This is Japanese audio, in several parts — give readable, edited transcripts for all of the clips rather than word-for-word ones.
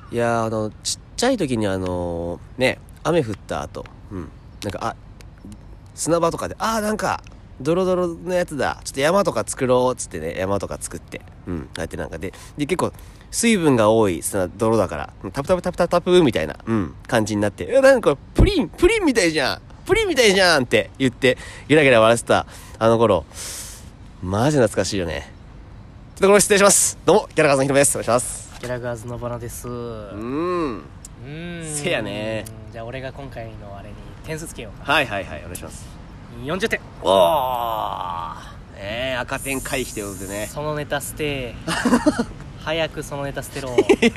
いやちっちゃい時にね、雨降った後、なんか砂場とかでなんかドロドロのやつだ、ちょっと山とか作ろうっつってね、山とか作って、あえてなんかで結構水分が多い砂泥だからタプタプタプタプみたいな感じになって、なんかプリンみたいじゃんって言ってゲラゲラ笑ってたあの頃、マジ懐かしいよね。ちょっとこれ失礼します。どうもギャラガーズのひろめです。お願いします。 ギャラガーズのバナです。 せやね。 じゃあ俺が今回のあれに点数つけようか。 はいお願いします。 40点。 おー、赤点回避ということでね。 そのネタ捨て早くそのネタ捨てろ。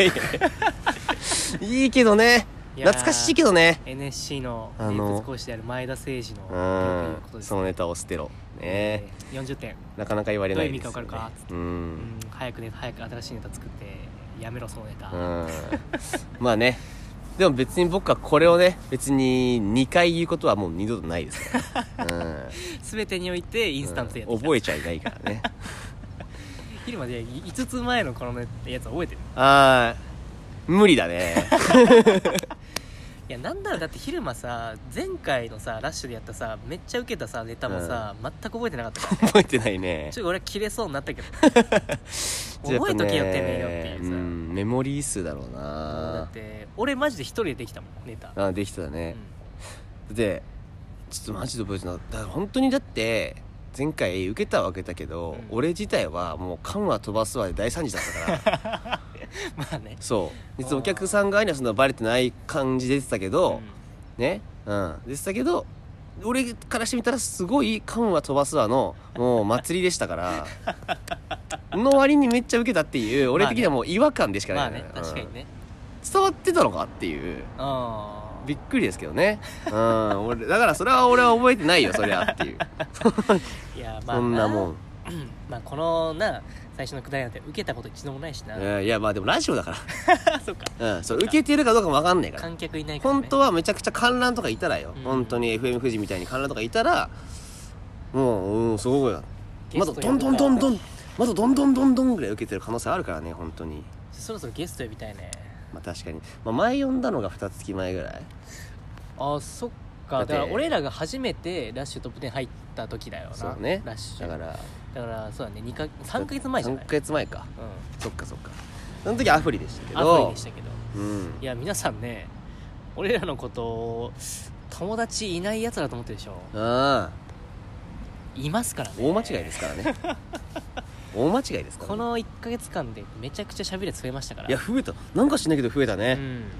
いいけどね、懐かしいけどね。 NSC の名物講師である前田誠司のことです、ね、 そのネタを捨てろね、 40点。 なかなか言われないですよね。 どういう意味か分かるかっつって、早く新しいネタ作ってやめろそのネタ。 まあね、でも別に僕はこれをね、別に2回言うことはもう二度とないですから、 全てにおいてインスタントでやってきた、 覚えちゃいないからね。 昼まで5つ前のこのやつ覚えてる？ 無理だね。 いやなんだろう、だって昼間さ、前回のさラッシュでやったさめっちゃウケたさネタもさ、全く覚えてなかったから、ね、 覚えてないね。 ちょっと俺切れそうになったけど覚えとけよってめえよっていうさ、 メモリー数だろうな。 だって俺マジで一人でできたもんネタ。 できたね、でちょっとマジで覚えてなかった。だから本当にだって前回受けたは受けたけど、俺自体はもう缶は飛ばすわで大惨事だったからまあね、 そう別にお客さん側にはそんなバレてない感じで出てたけど、ね、出てたけど俺からしてみたらすごい缶は飛ばすわのもう祭りでしたからの割にめっちゃ受けたっていう、俺的にはもう違和感でしかない、 まあね、確かにね、 伝わってたのかっていうびっくりですけどね。俺だからそれは俺は覚えてないよそりゃっていういやまあそんなもんまあこの最初のくだりなんて受けたこと一度もないしな。 いやまあでもラジオだからそっか、 それ受けてるかどうかも分かんないから、 観客いないから、ね、 本当はめちゃくちゃ観覧とかいたらよ、本当に FM 富士みたいに観覧とかいたらもうすごいな、まだどんどんぐらい受けてる可能性あるからね、本当に。 そろそろゲスト呼びたいね。 まあ確かに、前呼んだのが2月前ぐらい。 そっか。だから俺らが初めてラッシュトップ10入った時だよな。 そうね、 ラッシュだからそうだね、3ヶ月前じゃない？ 3ヶ月前か、そっかその時アフリでしたけど、 いや皆さんね、俺らのことを友達いないやつだと思ってるでしょ。いますからね。 大間違いですからね。大間違いですからね。 この1ヶ月間でめちゃくちゃ喋り増えましたから。 いや増えた、なんか知んないけど増えたね。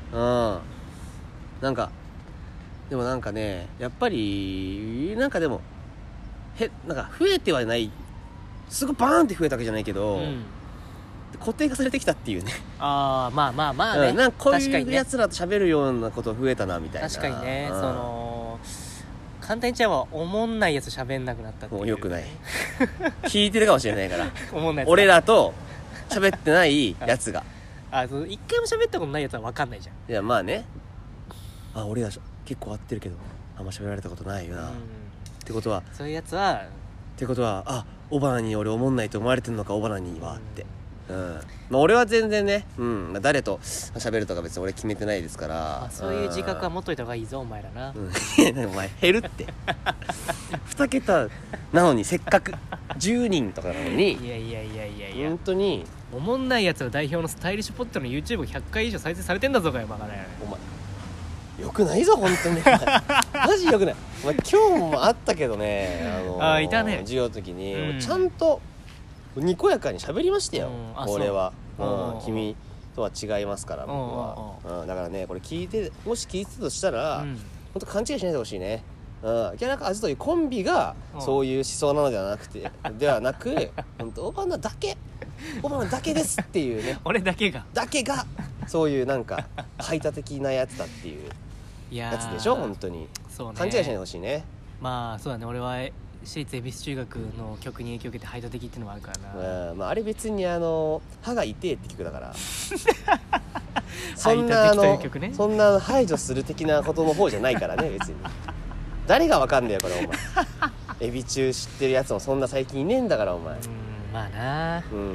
なんかでもなんかね、やっぱりなんかでもなんか増えてはない、すごいバーンって増えたわけじゃないけど、固定化されてきたっていうね。 まあね、 なんかこういうやつらと喋るようなこと増えたなみたいな。 確かにね、簡単に言っちゃえばおもんないやつ喋んなくなったっていう。 もうよくない聞いてるかもしれないからおもんないやつ、 俺らと喋ってないやつが一回も喋ったことないやつは分かんないじゃん。 いやまあね、俺ら結構会ってるけどあんま喋られたことないよな、ってことはそういうやつはオバナに俺おもんないと思われてんのか、オバナにはって。俺は全然ね、誰と喋るとか別に俺決めてないですから、 そういう自覚は持っといた方がいいぞお前らな。 お前減るって2桁なのに、せっかく10人とかなのに。 いや本当におもんないやつら代表のスタイリッシュポットの YouTube 100回以上再生されてんだぞかよバカね。 お前よくないぞ本当にマジよくない。お前今日もあったけどね、 いたね、 授業の時に、ちゃんとにこやかに喋りましたよ、俺は。君とは違いますから僕は。だからね、これもし聞いてたとしたら、本当勘違いしないでほしいね。ギャラカズというコンビがそういう思想なのではなく本当オバナだけですっていうね俺だけがそういうなんか排他的なやつだっていうやつでしょ本当に。 そうね、 勘違いしないでほしいね。 まあそうだね、俺は私立恵比寿中学の曲に影響を受けて排他的っていうのもあるからな。 あれ別に歯が痛えって曲だからそんなそんな排除する的なことの方じゃないからね別に。誰がわかんねえよこれお前。エビ中知ってるやつもそんな最近いねえんだからお前。 まあな。 でも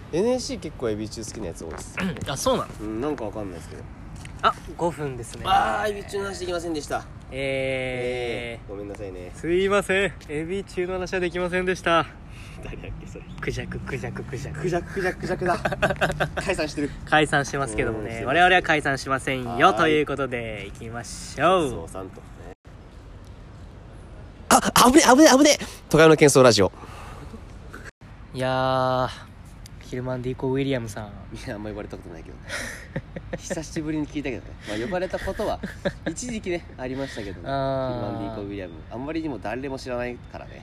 NSC 結構エビ中好きなやつ多いっすよねあ、そうなの。 なんかわかんないですけど。 あ、5分ですね。 エビ中の話できませんでした。ごめんなさいね。 すいません、エビ中の話はできませんでした。 誰だっけそれ。 クジャククジャククジャククジャククジャククジャクだ。解散してる。 解散してますけどもね、我々は解散しませんよということでいきましょう。 そうさんと危ね都会の喧騒ラジオ。 いやヒルマンディコ・ウィリアムさん、 いやあんま呼ばれたことないけど久しぶりに聞いたけどね、呼ばれたことは一時期ねありましたけどね。ヒルマンディコ・ウィリアムあんまりにも誰も知らないからね。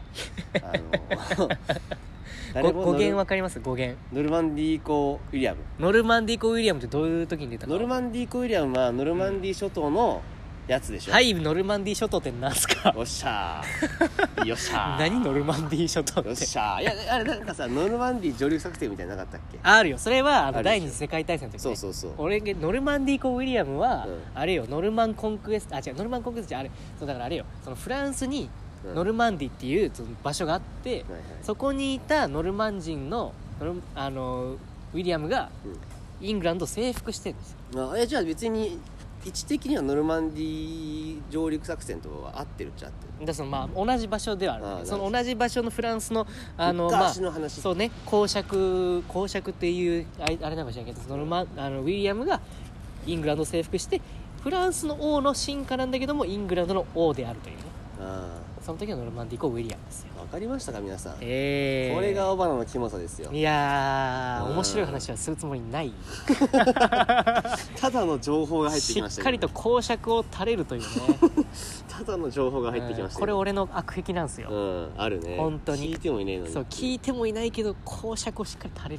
語源わかります？語源ノルマンディーコ・ウィリアム。 ノルマンディコ・ウィリアムってどういう時に出たの？ ノルマンディーコ・ウィリアムはノルマンディー諸島のやつでしょ。 はい、ノルマンディー諸島って何すか？ よっしゃーよっしゃー何ノルマンディー諸島って。 よっしゃー。いやあれなんかさ、ノルマンディー上陸作戦みたいなのなかったっけ？ あるよ、それはる第二次世界大戦の時ね。 そうそうそう。 俺ノルマンディーコ・ウィリアムは、 うんあれよ、ノルマンコンクエスト、違う、ノルマンコンクエストじゃあれ、そうだからあれよ、そのフランスにうんノルマンディっていうその場所があって、 はいはいそこにいたノルマン人のウィリアムがイングランドを征服してるんですよ。 じゃあ別に位置的にはノルマンディー上陸作戦とは合ってるっちゃ合ってる。 だからその同じ場所ではあるんだけど、その同じ場所のフランスの昔の話、 そうね、公爵っていうあれなんか知らんけど、ウィリアムがイングランドを征服してフランスの王の臣下なんだけどもイングランドの王であるというね。その時はノルマンディコ・ウィリアムですよ。 わかりましたか皆さん、ここれがオバナのキモさですよ。 いやー、面白い話はするつもりないただの情報が入ってきましたしっかりと公爵を垂れるというねただの情報が入ってきましたこれ俺の悪癖なんですよ。 あるね。 本当に聞いてもいねえのに。 そう、聞いてもいないけど公爵をしっかり垂れる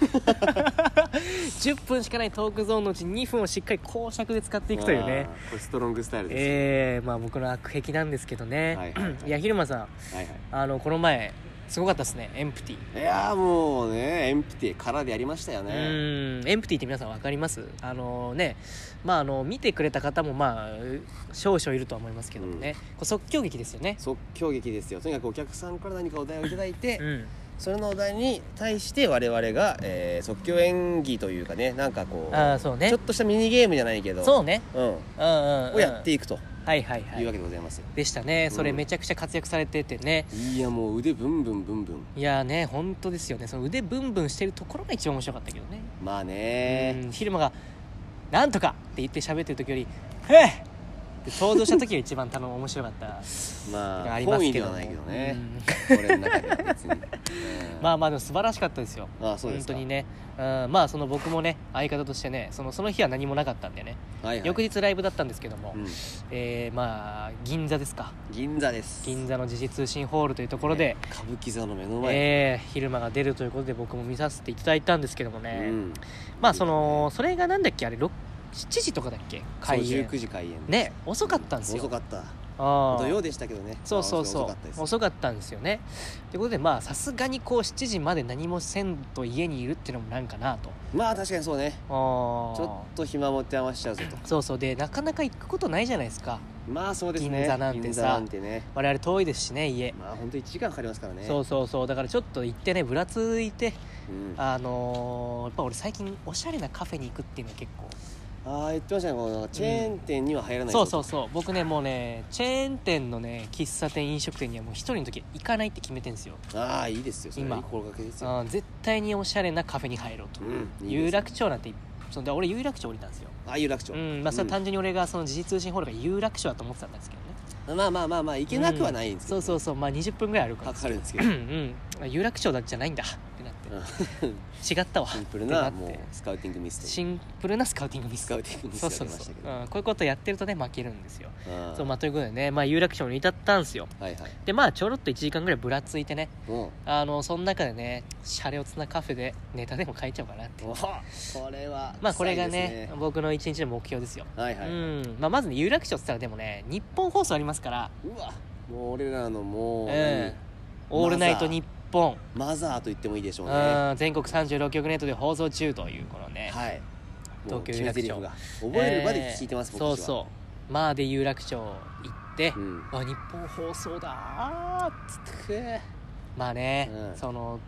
10分しかないトークゾーンのうち2分をしっかり公爵で使っていくというね。 これストロングスタイルですよ。 僕の悪癖なんですけどね。 はいはいはいいや、昼間さん、 はいはい。 この前すごかったですね、エンプティ。 いやーもうね、エンプティ空でやりましたよね。 エンプティって皆さん分かります？見てくれた方も少々いるとは思いますけどもね、こう即興劇ですよね。 即興劇ですよ。とにかくお客さんから何かお題をいただいて、 うん、 それのお題に対して我々が、即興演技というかね、なんかこう、 そうね、 ちょっとしたミニゲームじゃないけど、 そうね、 をやっていくとはいはいはいいうわけでございますよ。 でしたね。それめちゃくちゃ活躍されててね、 いやもう腕ブンブンブンブン。 いやね、本当ですよね。その腕ブンブンしてるところが一番面白かったけどね。 まあね、 昼間がなんとかって言って喋ってる時よりへえって登場した時が一番面白かったまあありますけど本意ではないけどね、俺の中では別にまあでも素晴らしかったですよ。 そうですか。 本当にね、その僕もね相方としてね、その日は何もなかったんでね、 はいはい、 翌日ライブだったんですけども、銀座ですか。 銀座です。 銀座の時事通信ホールというところで、 歌舞伎座の目の前、 昼間が出るということで僕も見させていただいたんですけどもね、それがなんだっけ、あれ7時とかだっけ、開演。 19時開演ね、遅かったんですよ。 遅かった。 土曜でしたけどね。 そう遅かったんですよね。ということでさすがにこう7時まで何もせんと家にいるっていうのもなんかなと。 確かにそうね。ちょっと暇持って余しちゃうぞと。 そうで、なかなか行くことないじゃないですか。 そうですね。 銀座なんてさ、 ね、 我々遠いですしね、家。 本当1時間かかりますからね。 そうだからちょっと行ってね、ぶらついて、やっぱ俺最近おしゃれなカフェに行くっていうのは結構言ってましたね。このチェーン店には入らない、 そう僕ね、もうねチェーン店のね喫茶店飲食店にはもう一人の時行かないって決めてんですよ。 いいですよ、それ今心がけですよ。 絶対におしゃれなカフェに入ろうと、有楽町なんて俺有楽町降りたんですよ。 有楽町、 それは単純に俺がその時事通信ホールが有楽町だと思ってたんですけどね。 行けなくはないんですけど、 そう20分ぐらい歩くんですかかるんですけど有楽町じゃないんだってなって違ったわ。 シンプルなもうスカウティングミス。 シンプルなスカウティングミス。 がありましたけど、 こういうことやってるとね負けるんですよ。ということでね、有楽町に至ったんですよ。でちょろっと1時間ぐらいぶらついてね、その中でねシャレオツなカフェでネタでも書いちゃおうかなって。これはこれがね僕の一日の目標ですよ。まずね、有楽町って言ったらでもね日本放送ありますから、 もう俺らのもう、 オールナイトニッポンマザーと言ってもいいでしょうね。 全国36局ネットで放送中というこのね、東京有楽町覚えるまで聞いてます、僕は。 そうで有楽町行って、日本放送だーっつってその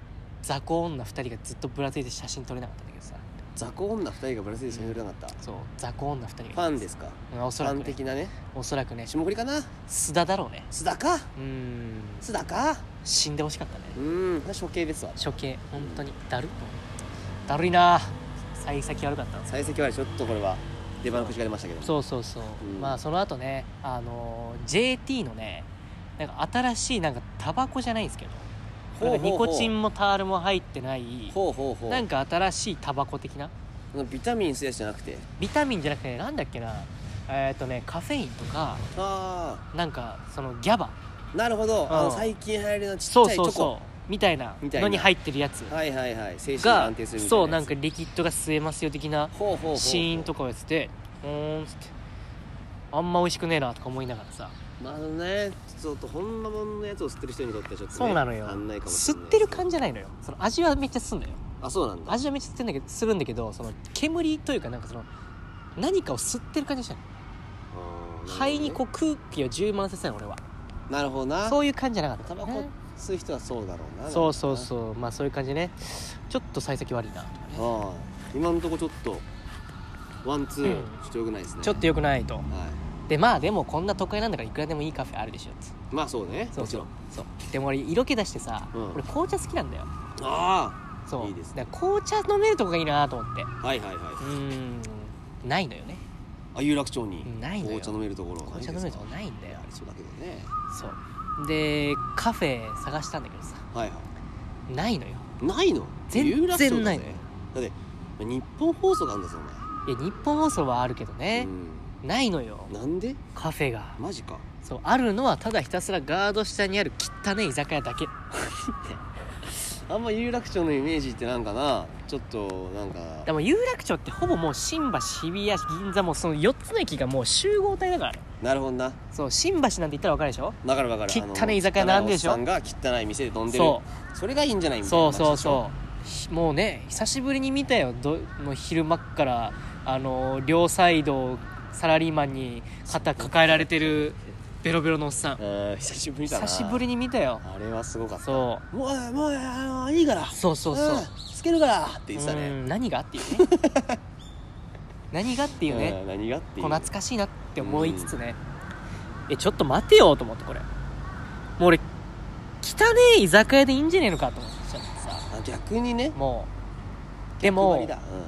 雑魚女2人がずっとぶらついて写真撮れなかったんだけどさ。 雑魚女2人がブラジルで写真撮れなかった、 そう雑魚女2人がファンですか、 おそらくね、 ファン的なね。 おそらくね霜降りかな、 須田だろうね。 須田か、須田か、 死んでほしかったね。 処刑ですわ。 処刑、本当にだるいな。幸先悪かった。 幸先悪い。ちょっとこれは出番の口が出ましたけど。 そう、まあその後ねJT のねなんか新しいなんかタバコじゃないんですけど、なんかニコチンもタールも入ってないなんか新しいタバコ的な、 ビタミン吸うやつじゃなくて、 ビタミンじゃなくてなんだっけな、カフェインとか、なんかそのギャバ、 なるほど、最近流行りのちっちゃいチョコ、 そうみたいなのに入ってるやつはい精神が安定するみたいなやつ、 そうなんかリキッドが吸えますよ的なシーンとかをやってて、つってあんま美味しくねえなとか思いながらさ、 まあね、ちょっとほんまもんのやつを吸ってる人にとってはちょっと、ね、 そうなのよ、吸ってる感じじゃないのよ。その味はめっちゃすんだよ。 あ、そうなんだ。 味はめっちゃするんだけど、その煙というかなんかその何かを吸ってる感じがしたの。肺にこう空気を充満させたの俺は。 なるほどな。 そういう感じじゃなかった、 タバコ吸う人はそうだろうな。 そうまあそういう感じね。ちょっと幸先悪いなとかね。 今のとこちょっとワンツー、ちょっと良くないですね。 ちょっと良くないと、でまあでもこんな都会なんだからいくらでもいいカフェあるでしょって。 まあそうね、もちろん。 そうでも俺色気出してさ、俺紅茶好きなんだよ。そういいですね。紅茶飲めるとこがいいなと思って。ないのよね。 有楽町にないのよ。 紅茶飲めるところ紅茶飲めるとこないんだよ。 ありそうだけどね。 そうでカフェ探したんだけどさ、ないのよ。 ないの？ 全然ないのよ。 だって日本放送があるんだぞお前。 いや日本放送はあるけどね、ないのよ。 なんで？ カフェが。 マジか。 そうあるのはただひたすらガード下にある汚い居酒屋だけ。 あんま有楽町のイメージってなんかな、ちょっとなんかでも有楽町ってほぼもう新橋、日比谷、銀座もその4つの駅がもう集合体だからね。 なるほどな。 そう新橋なんて言ったら分かるでしょ。 分かる汚い居酒屋なんでしょ。 おっさんが汚い店で飲んでる。それがいいんじゃないみたいな。 そうもうね久しぶりに見たよ。もう昼間っから両サイドサラリーマンに肩抱えられてるベロベロのおっさん。 久しぶりだな。 久しぶりに見たよ。 あれはすごかった。 そうもういいから。 そうつけるからって言ってたね。 何がっていうね。何がっていうね。こう懐かしいなって思いつつね、ちょっと待てよと思って、これもう俺汚ねえ居酒屋でいいんじゃねえのかと思っちゃってさ。 逆にね。 もうでも、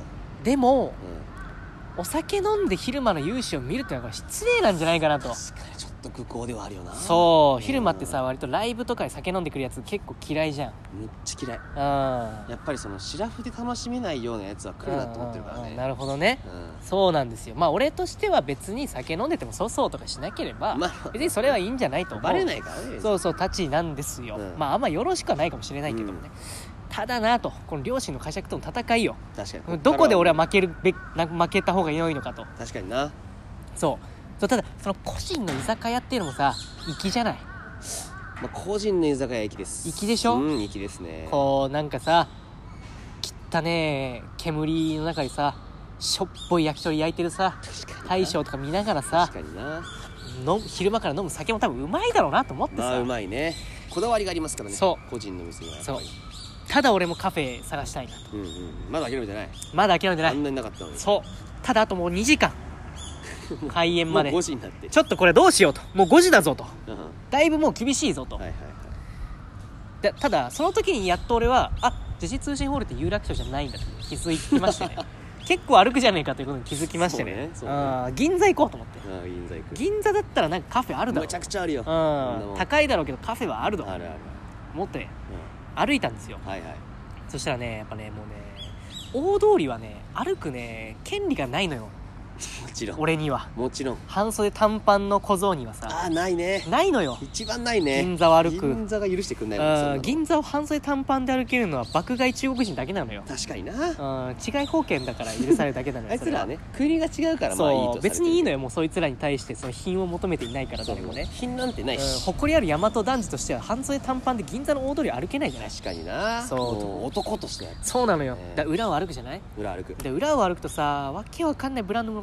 お酒飲んで昼間の勇姿を見るってのはこれ失礼なんじゃないかなと。 確かにちょっと愚行ではあるよな。 そう昼間ってさ、割とライブとかで酒飲んでくるやつ結構嫌いじゃん。 めっちゃ嫌い。やっぱりそのシラフで楽しめないようなやつは来るなと思ってるからね。 なるほどね、そうなんですよ。まあ俺としては別に酒飲んでても粗相とかしなければ、別にそれはいいんじゃないと思う。 バレないからね。 そう立ちなんですよ、まああんまよろしくはないかもしれないけどもね、ただなと、この両親の会社との戦いよ。 確かに。 どこで俺は負けた方が良いのかと。 確かにな。 そうただその個人の居酒屋っていうのもさ粋じゃない。 個人の居酒屋粋です。 粋でしょ。 粋ですね。 こうなんかさ汚ねえ煙の中にさしょっぽい焼き鳥焼いてるさ大将とか見ながらさ、 確かにな。 昼間から飲む酒も多分うまいだろうなと思ってさ。 うまいね。こだわりがありますからね。個人の店はやっぱり。 ただ俺もカフェ探したいなと。 まだ諦めてない。 あんなになかったのに。 ただあともう2時間開演まで。 もう5時になって、 ちょっとこれどうしようと。もう5時だぞと、だいぶもう厳しいぞと。ただその時にやっと俺は時事通信ホールって有楽町じゃないんだと気づきましてね。結構歩くじゃねえかということに気づきましてね。銀座行こうと思って。銀座だったらなんかカフェあるだろ。 めちゃくちゃあるよ。 高いだろうけどカフェはあるだろ。思って歩いたんですよ。そしたらねやっぱねもうね大通りはね歩くね権利がないのよ。 もちろん俺には。 もちろん半袖短パンの小僧にはさないね。 ないのよ。 一番ないね。 銀座を歩く。 銀座が許してくんないもん。 銀座を半袖短パンで歩けるのは爆買い中国人だけなのよ。 確かにな。 違い保険だから許されるだけなのよ。 あいつらはね国が違うからまあいいとされてる。 別にいいのよ。もうそいつらに対してその品を求めていないから誰もね。 品なんてないし、 誇りある大和男児としては半袖短パンで銀座の大通り歩けないじゃない。 確かにな。男として。 そうなのよ。裏を歩くじゃない。 裏歩く。 で裏を歩くとさわけわかんないブランドの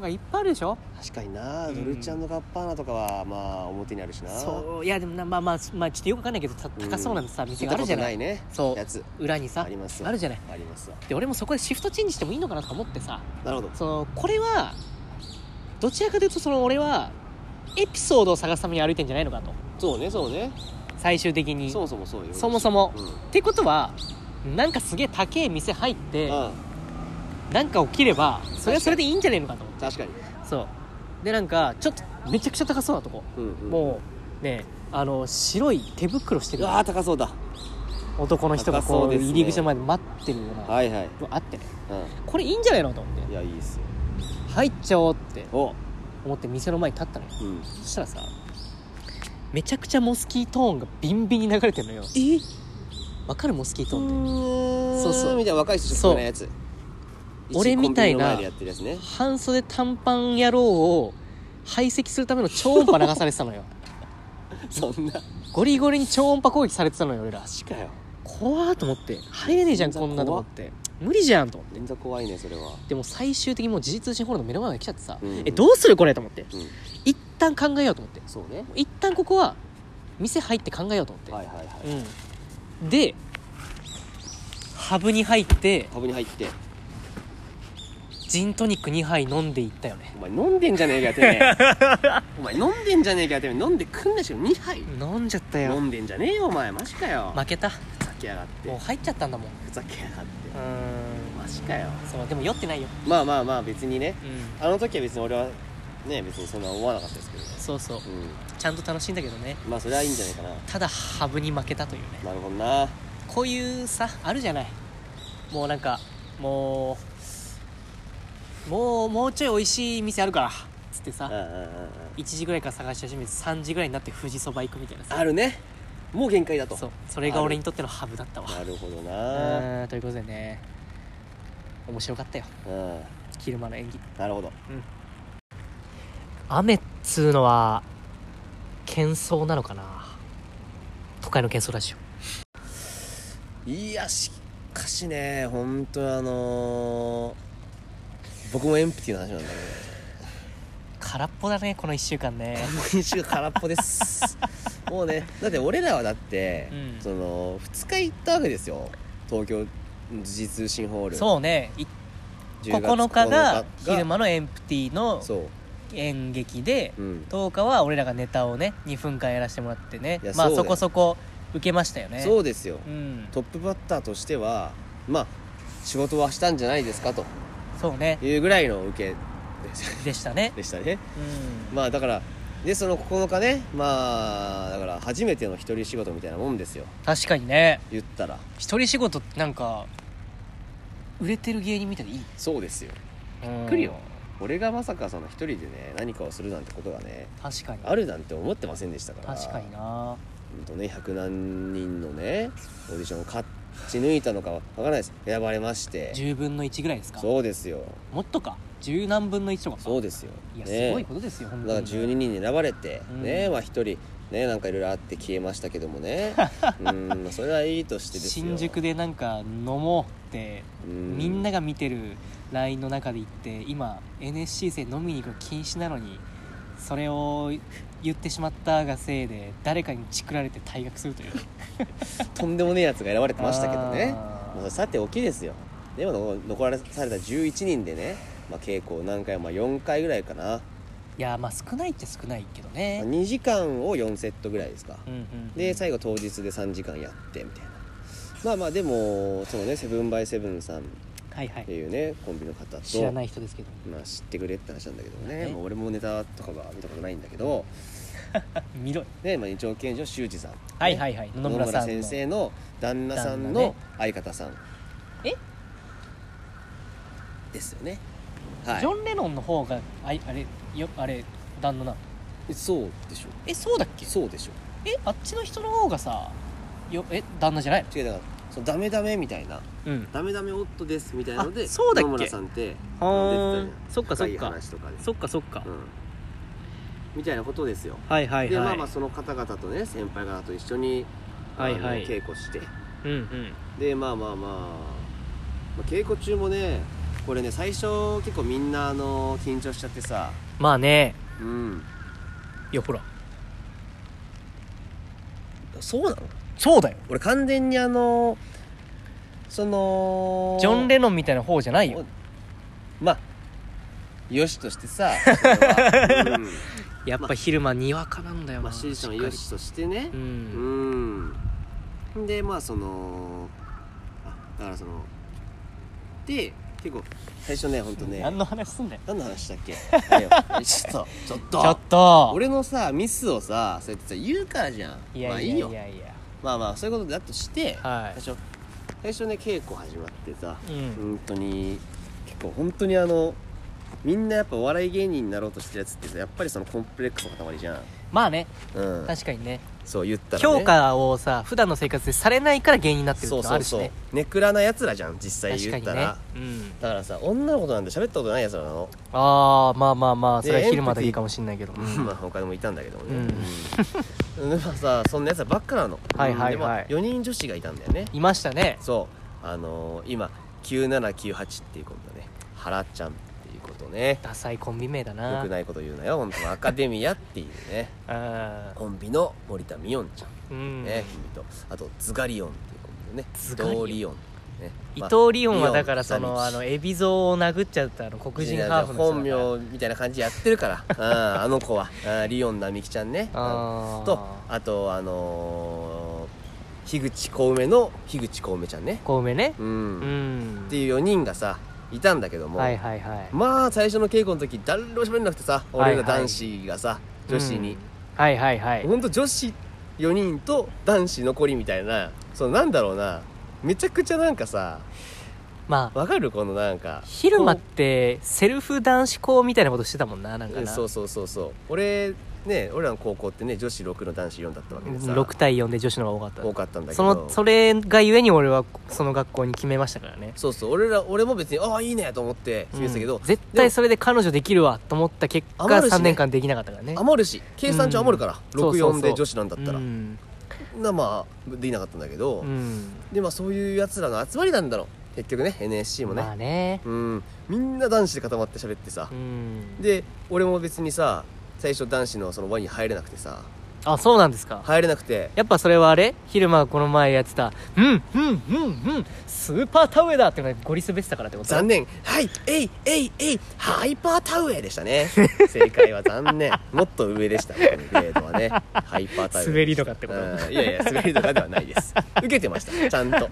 かいっぱいあるでしょ。 確かにな、 うん、 ドルチャンガッパーナとかはまあ表にあるしな。 そういやでもまあちょっとよくわかんないけど高そうなさ、店があるじゃない。 ね、 そうやつ裏にさありますあるじゃない。 ありますわ。 で俺もそこでシフトチェンジしてもいいのかなとか思ってさ。 なるほど。 これはどちらかというと俺はエピソードを探すために歩いてんじゃないのかと。 そうね最終的にそもそもそうよ。 そもそも、 うん、 ってことはなんかすげえ高え店入って、なんか起きればそれはそれでいいんじゃねえのかと思って。 確かに。 そうでなんかちょっとめちゃくちゃ高そうなとこ、もうね白い手袋してる高そうだ男の人がこう入り口まで待ってるような、 はいはい、 あってね、これいいんじゃないのと思って。 いやいいっすよ、 入っちゃおうって思って店の前に立ったのよ、そしたらさめちゃくちゃモスキートーンがビンビンに流れてるのよ。わかる？モスキートーンって。そうみたいな若い人しかないやつ。 俺みたいな半袖短パン野郎を排斥するための超音波流されてたのよそんなゴリゴリに超音波攻撃されてたのよ俺ら。 確かよ、 怖ーと思って入れねえじゃんこんなと思って、無理じゃんと思って。 全然怖いねそれは。でも最終的にもう時事通信ホールの目の前まで来ちゃってさ、どうするこれと思って、一旦考えようと思って。 そうね、 一旦ここは店入って考えようと思って、でハブに入ってジントニック2杯飲んでいったよね。 お前飲んでんじゃねえかよてお前飲んでんじゃねえかよて飲んでくんないし2杯飲んじゃったよ。 飲んでんじゃねえよお前マジかよ。 負けた。 ふざけやがって。 もう入っちゃったんだもん。 ふざけやがってマジかよ。 そうでも酔ってないよ。 まあ別にね、あの時は別に俺はね別にそんな思わなかったですけどね。そう、 ちゃんと楽しいんだけどね。 まあそれはいいんじゃないかな。ただハブに負けたというね。 なるほどな。 こういうさあるじゃない。もうなんかもうちょい美味しい店あるからつってさ、1時ぐらいから探し始めて3時ぐらいになって富士そば行くみたいなさ。あるね。もう限界だと。 それが俺にとってのハブだったわ。 なるほどな。 ということでね面白かったよ、昼間の演技。なるほど、雨っつうのは喧騒なのかな。都会の喧騒ラジオ。いやしかしね本当僕もエンプティーな話なんだけど空っぽだねこの1週間ね。 この1週間空っぽですもうねだって俺らはだって、その2日行ったわけですよ東京時事通信ホール。 そうね9日が昼間のエンプティーの演劇で、10日は俺らがネタをね2分間やらせてもらってね、まあそこそこ受けましたよね。 そうですよ、トップバッターとしてはまあ仕事はしたんじゃないですかとそうねいうぐらいの受けでしたねまあだからでその9日ねまあだから初めての一人仕事みたいなもんですよ。 確かにね言ったら一人仕事ってなんか売れてる芸人みたいでいい。 そうですよ。びっくりよ。俺がまさかその一人でね何かをするなんてことがね確かにあるなんて思ってませんでしたから。 確かにな。ほんとね100何人のねオーディションを勝ち抜いたのかわからないです。選ばれまして 10分の1ぐらいですか。 そうですよ。 もっとか10何分の1とかか。 そうですよ。 いやすごいことですよ、本当に。 だから12人に選ばれて、ねまあ1人ねなんかいろいろあって消えましたけどもねそれはいいとしてですよ。 新宿でなんか飲もうってみんなが見てる LINE の中で言って今 NSC 生飲みに行くの禁止なのにそれを言ってしまったがせいで誰かにチクられて退学するというとんでもねえやつが選ばれてましたけどね。さておきですよ。でも残らされた11人でね、まあ、稽古何回も4回ぐらいかな。 いやまあ少ないっちゃ少ないけどね。 2時間を4セットぐらいですか、で最後当日で3時間やってみたいな。まあまあでもそのねセブンバイセブンさんっていうね、コンビの方と知らない人ですけど、 まあ、知ってくれって話なんだけどね、もう俺もネタとかは見たことないんだけど見ろね、まあ、二丁拳銃修二さん、 野々村先生の旦那さんの相方さん、ですよね。 はい、ジョン・レノンの方があれ旦那なの。 そうでしょ。 そうだっけ。 そうでしょ。 あっちの人の方がさ旦那じゃないの。 違うだからそのダメダメみたいな、ダメダメ夫ですみたいなのでそうだっけ。 野村さんってそっかそっか話とかでそっかそっか、 みたいなことですよ。 はいはいはい。 でまあまあその方々とね先輩方と一緒に稽古して、でまあ稽古中もねこれね最初結構みんな緊張しちゃってさ、 まあね。 いやほらそうなの？ そうだよ。 俺完全にそのジョン・レノンみたいな方じゃないよ。 まあよしとしてさそれは、 やっぱ昼間にわかなんだよな。 まあ、シーションよしとしてね、でまあだからで結構最初ねほんとね何の話すんだよ。 何の話したっけあれよちょっと俺のさミスをさそうやってさ言うからじゃん。 いやいやまあいいよ。 いやいや、 まあまあそういうことだとして、 はい、 最初ね稽古始まってさ、 本当に結構本当にみんなやっぱお笑い芸人になろうとしてるやつってさやっぱりそのコンプレックスの塊じゃん。 まあね、 確かにね。 そう言ったらね評価をさ普段の生活でされないから芸人になってるってのあるしね。 ネクラなやつらじゃん実際言ったら、 ね、 だからさ女の子となんて喋ったことないやつらなの。 ああまあそれは昼間だけかもしんないけど、 まあ他でもいたんだけどもね、でもさそんなやつらばっかなの。 はい、 でも4人女子がいたんだよね。 いましたね。 そう今9798っていう今度ねハラちゃんっていうことね。 ダサいコンビ名だな。 よくないこと言うなよ本当のアカデミアっていうねコンビの森田美音ちゃん、ね君とあとズガリオンっていうコンビのね伊藤リオンね、 伊藤リオンはだからその海老蔵を殴っちゃった黒人ハーフの本名みたいな感じやってるからあの子はリオン並木ちゃんねとあと樋口小梅の樋口小梅ちゃんね小梅ねっていう4人がさいたんだけども、まあ最初の稽古の時誰も喋れなくてさ俺ら男子がさ、女子にほんと女子4人と男子残りみたいななんだろうなめちゃくちゃなんかさまあわかるこのなんか昼間ってセルフ男子校みたいなことしてたもんな。なんかなそう俺らの高校ってね女子6の男子4だったわけでさ 6対4で女子の方が多かったんだけどそれがゆえに俺はその学校に決めましたからね。 俺も別にいいねと思って決めてたけど、 絶対それで彼女できるわと思った結果3年間できなかったからね。 余るし計算上余るから64で女子なんだったらまあできなかったんだけど、でまあそういうやつらの集まりなんだろう結局ね NSC もね。 まあねみんな男子で固まって喋ってさ、で俺も別にさ最初男子のその輪に入れなくてさ。 あ、そうなんですか。 入れなくてやっぱそれはあれ昼間この前やってたスーパータウェイだっていうのがゴリ滑ってたからってこと。 残念。はいハイパータウェイでしたね正解は残念もっと上でしたねグレードはねハイパータウェイ滑りとかってこと。 いや滑りとかではないです受けてましたちゃんと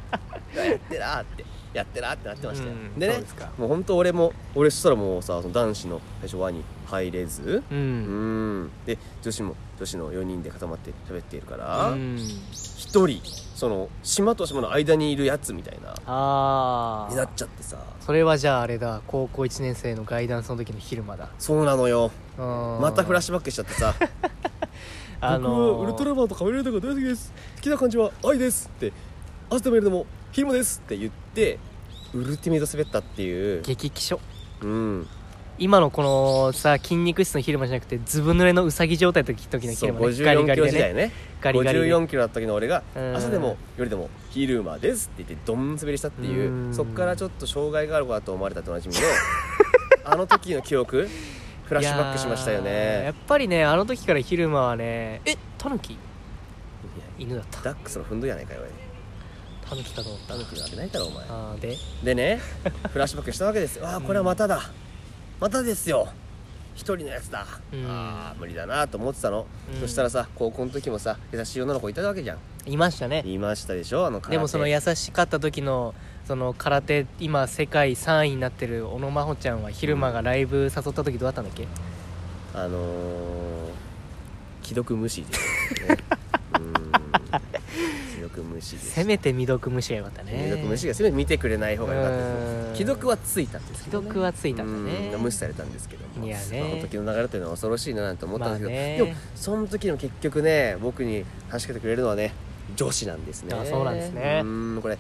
やってらってなってましたよ。でねもう本当俺そしたらもうさその男子の最初輪に入れずで女子の4人で固まって喋っているから一人その島と島の間にいるやつみたいなになっちゃってさ。 それはじゃああれだ高校1年生のガイダンスの時の昼間だ。 そうなのよ。またフラッシュバックしちゃってさ僕はウルトラマンと仮面ライダーが大好きです。好きな感じは愛ですってアステムエルでも昼間ですって言ってウルティメイト滑ったっていう激気象。今のこのさ筋肉質の昼間じゃなくてずぶ濡れのウサギ状態の時の昼間ね。 54キロ時代ねガリガリで 54キロだった時の俺が朝でも夜でも昼間ですって言ってドン滑りしたっていうそっからちょっと障害がある子だと思われたとおなじみのあの時の記憶フラッシュバックしましたよね。 やっぱりねあの時から昼間はねタヌキ犬だった。 ダックスのふんどやないかよタヌキかと思った。 タヌキなわけないからお前。 でねフラッシュバックしたわけですよ。これはまただまたですよ一人のやつだ無理だなと思ってたの。そしたらさ高校の時もさ優しい女の子いたわけじゃん。 いましたね。 いましたでしょでもその優しかった時のその空手今世界3位になってる小野真帆ちゃんは昼間がライブ誘った時どうだったんだっけ。 既読無視ですよね既読無視です。 せめて未読無視がよかったね。 未読無視がせめて見てくれない方がよかったです。既読はついたんですけど、 既読はついたんだね。 無視されたんですけども、 いやねその時の流れというのは恐ろしいななんて思ったんですけど、でもその時の結局ね僕に話しかけてくれるのはね女子なんですね。 そうなんですね。 これ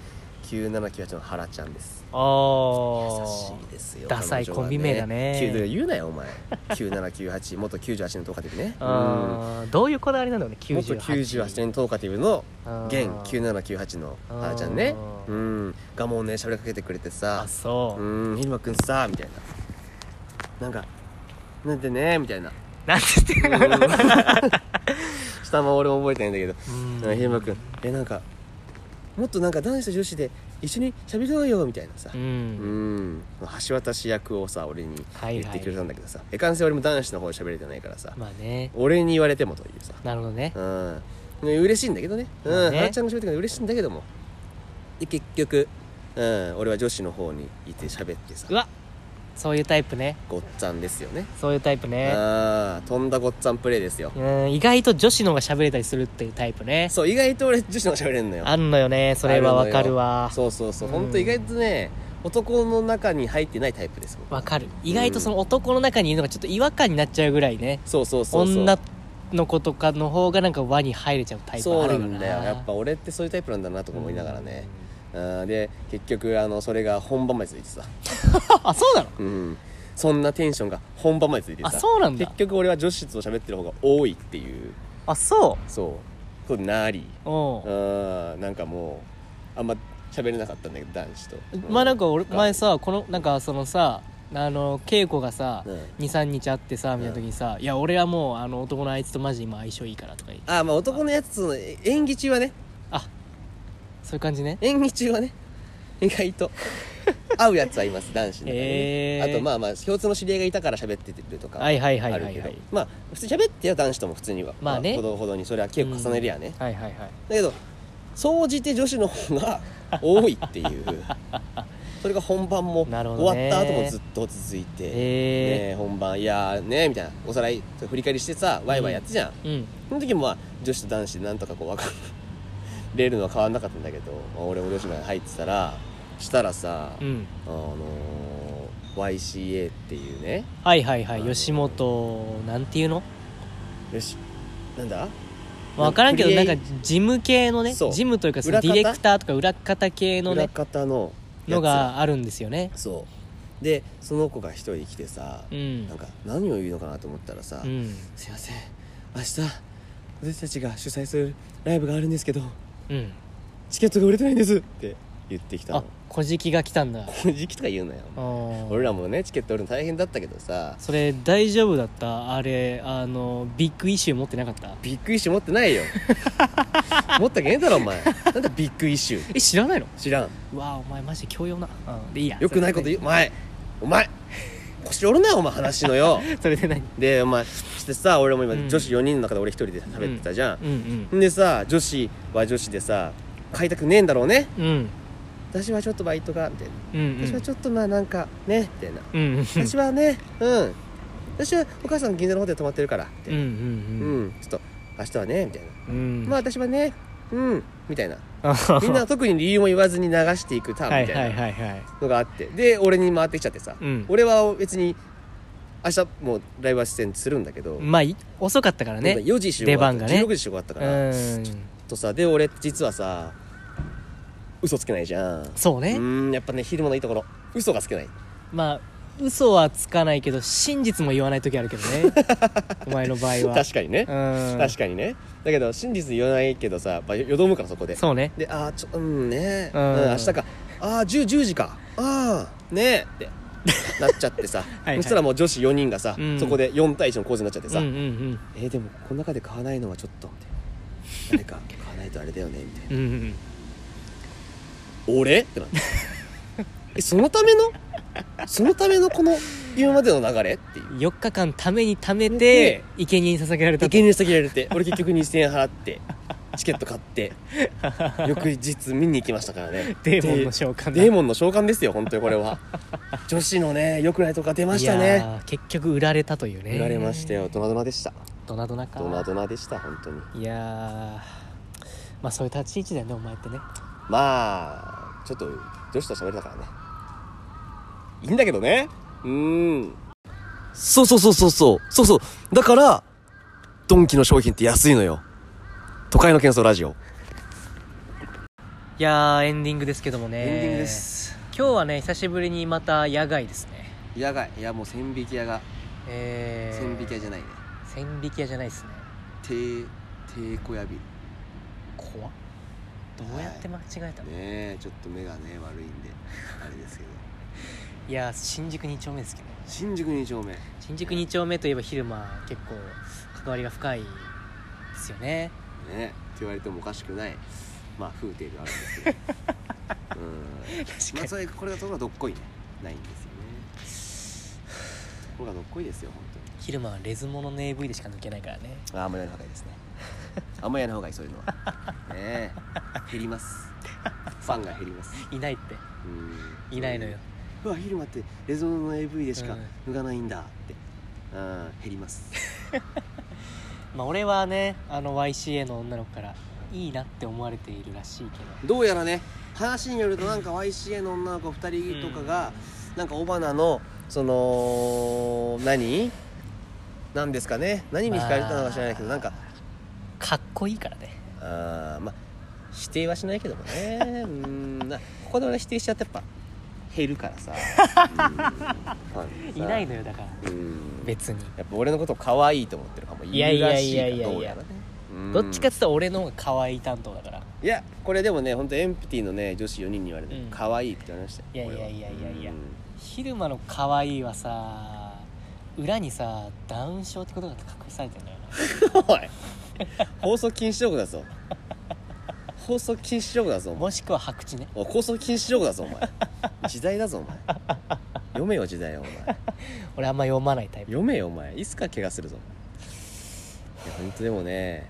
9798の原ちゃんです。 あ優しいですよ。 ダサいコンビ名だね。 言うなよお前。9798元98年トーカティブね。 どういうこだわりなんだろうね。 元98年トーカティブの現9798の原ちゃんね。がもうね喋りかけてくれてさ、 あそうひるまくんさみたいな、なんかなんでねみたいな、 なんて言って下も俺も覚えてないんだけど、ひるまくんなんかもっとなんか男子と女子で一緒に喋ろうよみたいなさ、橋渡し役をさ俺に言ってくれたんだけどさ、いかんせん俺も男子の方で喋れてないからさ、 まあね、 俺に言われてもというさ。なるほどね。 嬉しいんだけどね、 まあね、 原ちゃんが喋ってくれて嬉しいんだけども、で結局、俺は女子の方にいて喋ってさ、 うわそういうタイプね。 ごっつぁんですよね。 そういうタイプね。 とんだごっつぁんプレイですよ。 意外と女子の方が喋れたりするっていうタイプね。 そう意外と俺女子の方が喋れんのよ。 あんのよね、それはわかるわ。 そう本当意外とね男の中に入ってないタイプです。 わかる。意外とその男の中にいるのがちょっと違和感になっちゃうぐらいね。 そう女の子とかの方がなんか輪に入れちゃうタイプあるよな。 そうなんだよ。やっぱ俺ってそういうタイプなんだなとか思いながらね。で結局それが本番まで続いてさあそうなの。 そんなテンションが本番まで続いてさ、 あそうなんだ。 結局俺は女子と喋ってる方が多いっていう。 あそうなりなんかもうあんま喋れなかったんだけど男子と。 まあなんか俺前さこのなんかそのさ稽古がさ、2,3 日あってさみたいな時にさ、いや俺はもう男のあいつとマジ今相性いいからとか言って、 まあ男のやつの演技中はね、 そういう感じね。 演技中はね意外と合うやつはいます男子の中で、あとまあ共通の知り合いがいたから喋ってるとかあるけど、まあ普通に喋ってよ男子とも普通には、まあね、ほどほどにそれは稽古重ねるやね、だけど総じて女子の方が多いっていうそれが本番も終わった後もずっと続いて、本番いやねみたいなおさらい振り返りしてさワイワイやってじゃん、その時も女子と男子でなんとかこう分かれるのは変わんなかったんだけど、俺も女子まで入ってたらさ、YCA っていうね、 吉本なんていうのなんだ分からんけどなんか事務系のね、事務というかそのディレクターとか裏方系のね裏方のがあるんですよね。 そうでその子が一人来てさ、なんか何を言うのかなと思ったらさ、すいません明日私たちが主催するライブがあるんですけど、チケットが売れてないんですって言ってきたの。 小じきが来たんだ。 小じきとか言うなよ。俺らもねチケット売るの大変だったけどさ。 それ大丈夫だった？あれビッグイシュー持ってなかった？ ビッグイシュー持ってないよ持ったけねえだろお前。なんだビッグイシュー知らないの？ 知らん。 うわお前マジで教養な。でいいや、 よくないこと言う。お前腰折るなよお前話のよそれで何でお前してさ、俺も今女子4人の中で俺1人で喋ってたじゃん、でさ女子は女子でさ買いたくねえんだろうね、私はちょっとバイトがみたいな、私はちょっとまあなんかねみたいな、私はね私はお母さん銀座の方で泊まってるからみたいな、ちょっと明日はねみたいな、まあ私はねみたいなみんな特に理由も言わずに流していくターンみたいなのがあって、で俺に回ってきちゃってさ、俺は別に明日もうライブ出演するんだけど、 まあ遅かったからね、 4時集合だった16時集合だったから、ちょっとさ、で俺実はさ嘘つけないじゃん。 そうね、 やっぱね昼間のいいところ嘘がつけない。 まあ嘘はつかないけど真実も言わない時あるけどねお前の場合は確かにね、確かにね。だけど真実言わないけどさ、よどむからそこで。 そうね。 で明日か10時かねってなっちゃってさそしたらもう女子4人がさ、そこで4対1の構図になっちゃってさ、でもこの中で買わないのはちょっとみたいな誰か買わないとあれだよねみたいな、俺ってなってそのためのこの今までの流れっていう 4日間ためにためて生贄に捧げられた。 生贄に捧げられて俺結局2000円払ってチケット買って翌日見に行きましたからね。 デーモンの召喚だ。 デーモンの召喚ですよ本当にこれは女子のね良くないとか出ましたね。いや結局売られたというね。 売られましたよ。ドナドナでした。 ドナドナか。 ドナドナでした本当に。 いやまあそういう立ち位置だよねお前ってね。 まあちょっと女子と喋れたからねいいんだけどね。そうだからドンキの商品って安いのよ。都会の喧騒ラジオ。 いやーエンディングですけどもね。 エンディングです。 今日はね久しぶりにまた野外ですね。 野外、いやもう千匹屋が、千匹屋じゃないね、 千匹屋じゃないですね。 低小屋ビル。 怖っ。どうやって間違えたの、 ねえ、ちょっと目がね悪いんであれですけど。 いや新宿2丁目ですけど。 新宿2丁目、 新宿2丁目といえば昼間結構関わりが深いですよね。 ねって言われてもおかしくないまあ風景ではあるんですけど確かに、 まあそれこれがところがどっこいねないんですよね。これがどっこいですよ本当に。 昼間はレズモノの AV でしか抜けないからね。 あんまりやらない方がいいですねあんまりやらない方がいいそういうのはねえ減りますファンが減ります。 いないって。 うんいないのよ。 うわ昼間ってレゾノの AV でしか脱がないんだって、減りますまあ俺はねYCA の女の子からいいなって思われているらしいけど、 どうやらね話によるとなんか YCA の女の子2人とかが、なんかオバナのその何ですかね、何に惹かれたのか知らないけど、なんかかっこいいからね。 まあ否定はしないけどもねここで俺否定しちゃってやっぱ減るからさいないのよだから別に。 やっぱ俺のことを可愛いと思ってるかもいるらしいからどうやらね。 どっちかって言ったら俺の方が可愛い担当だから。 いやこれでもね本当エンプティのね女子4人に言われて可愛いって言われましたよ。 いや昼間の可愛いはさ裏にさダウン症ってことが隠されてんだよおい放送禁止用語だぞ放送禁止用語だぞな。もしくは白痴ね。 放送禁止用語だぞお前時代だぞお前読めよ時代よお前俺あんま読まないタイプ。 読めよお前いつか怪我するぞ。いや本当でもね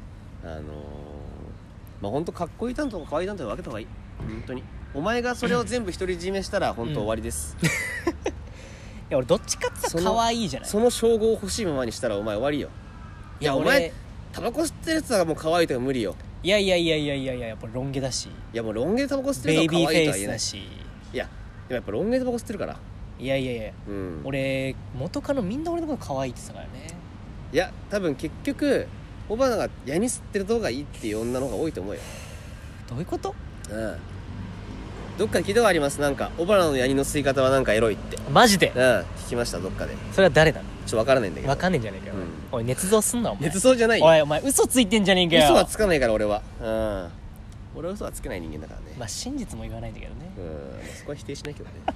まあ本当かっこいい担当とか可愛い担当で分けた方がいい本当に。お前がそれを全部独り占めしたら本当終わりです、 いや俺どっちかって言ったら可愛いじゃない。 その称号を欲しいままにしたらお前終わりよ。いやお前タバコ吸ってるやつがもう可愛いとか無理よ。 いややっぱロン毛だし。 いやもうロン毛でタバコ吸ってるのベイビーフェイは可愛いとは言えないスだし。 いやでもやっぱロン毛でタバコ吸ってるからいや、俺元カノみんな俺のこと可愛いって言ってたからね。 いや多分結局オバナが矢に吸ってる方がいいっていう女の方が多いと思うよ。 どういうこと？ どっかで聞いたことあります。なんかオバナの矢にの吸い方はなんかエロいって。 マジで？ 聞きましたどっかで。 それは誰なの？ 分からないんだけど。 分かんねえんじゃねえかよ、おい捏造すんなお前。 捏造じゃないよ。 お前嘘ついてんじゃねえかよ。 嘘はつかないから俺は。俺は嘘はつけない人間だからね。 まあ真実も言わないんだけどね。 そこは否定しないけどね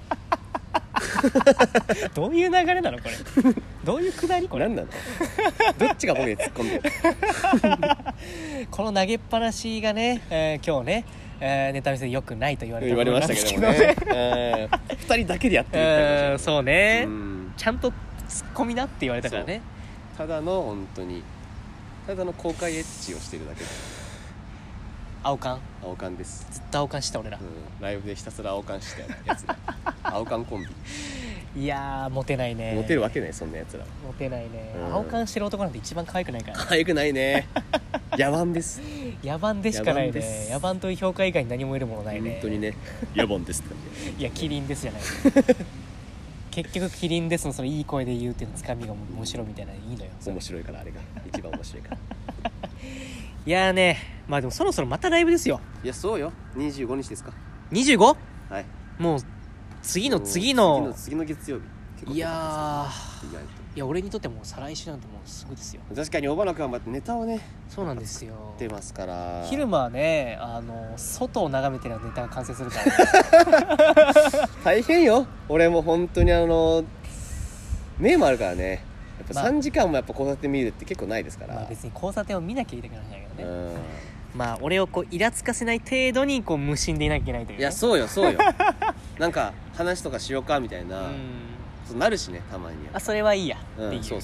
どういう流れなのこれどういうくだりこれ。 何なのどっちがボケで突っ込んでるこの投げっぱなしがね、今日ね、ネタ見せで良くないと言われましたけどもね2人だけでやってるって、 そうね、ちゃんとツッコミなって言われたからね。 ただの本当にただの公開エッチをしてるだけで。 青缶ですずっと青缶した俺ら、 ライブでひたすら青缶したやつ青缶コンビ。 いやーモテないね。 モテるわけないそんなやつら。 モテないね、青缶してる男なんて一番可愛くないからね。 可愛くないね野蛮です。 野蛮でしかないね。野蛮という評価以外に何も得るものないね。 本当にね野蛮ですって感じ。いやキリンですじゃない結局キリンですのそのいい声で言うっていうのつかみが面白いみたいなのいいのよ。 面白いからあれが一番面白いからいやーね、まあでもそろそろまたライブですよ。 いやそうよ25日ですか。 25？ はいもう次の月曜日。 いや俺にとっても再来週なんてもうすぐですよ。 確かに小花君はまたネタをねそうなんですよ出ますから。 昼間はね外を眺めてるネタが完成するから大変よ。俺も本当に目もあるからね。やっぱ3時間もやっぱ交差点見るって結構ないですから、 まあ、別に交差点を見なきゃいけないんだけどね、まあ俺をこうイラつかせない程度にこう無心でいなきゃいけないという、ね、 いやそうよなんか話とかしようかみたいな、そうなるしねたまには。 あそれはいいやっていうね、 そう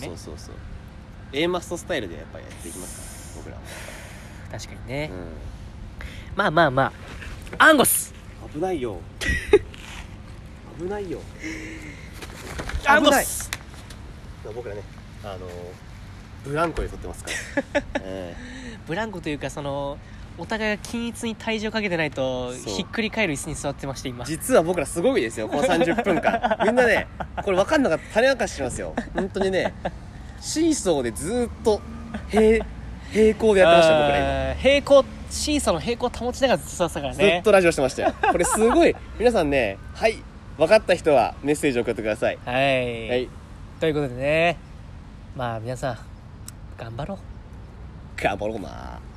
A マストスタイルでやっぱりやっていきますから僕らも。 確かにね、まあアンゴス危ないよ危ないよアンゴス僕らねブランコで撮ってますから、 ブランコというかお互いが均一に体重をかけてないとひっくり返る椅子に座ってまして今実は僕らすごいですよこの30分間みんなねこれ分かんなかった種明かししますよ本当にねシーソーでずっと平行でやってました僕ら今。 平行審査の平行を保ちながらずっと座ってたからずねっとラジオしてましたよ。これすごい皆さんね、はい分かった人はメッセージ送ってください。 はい、 はい、 ということでね、まあ皆さん頑張ろう。 頑張ろうな。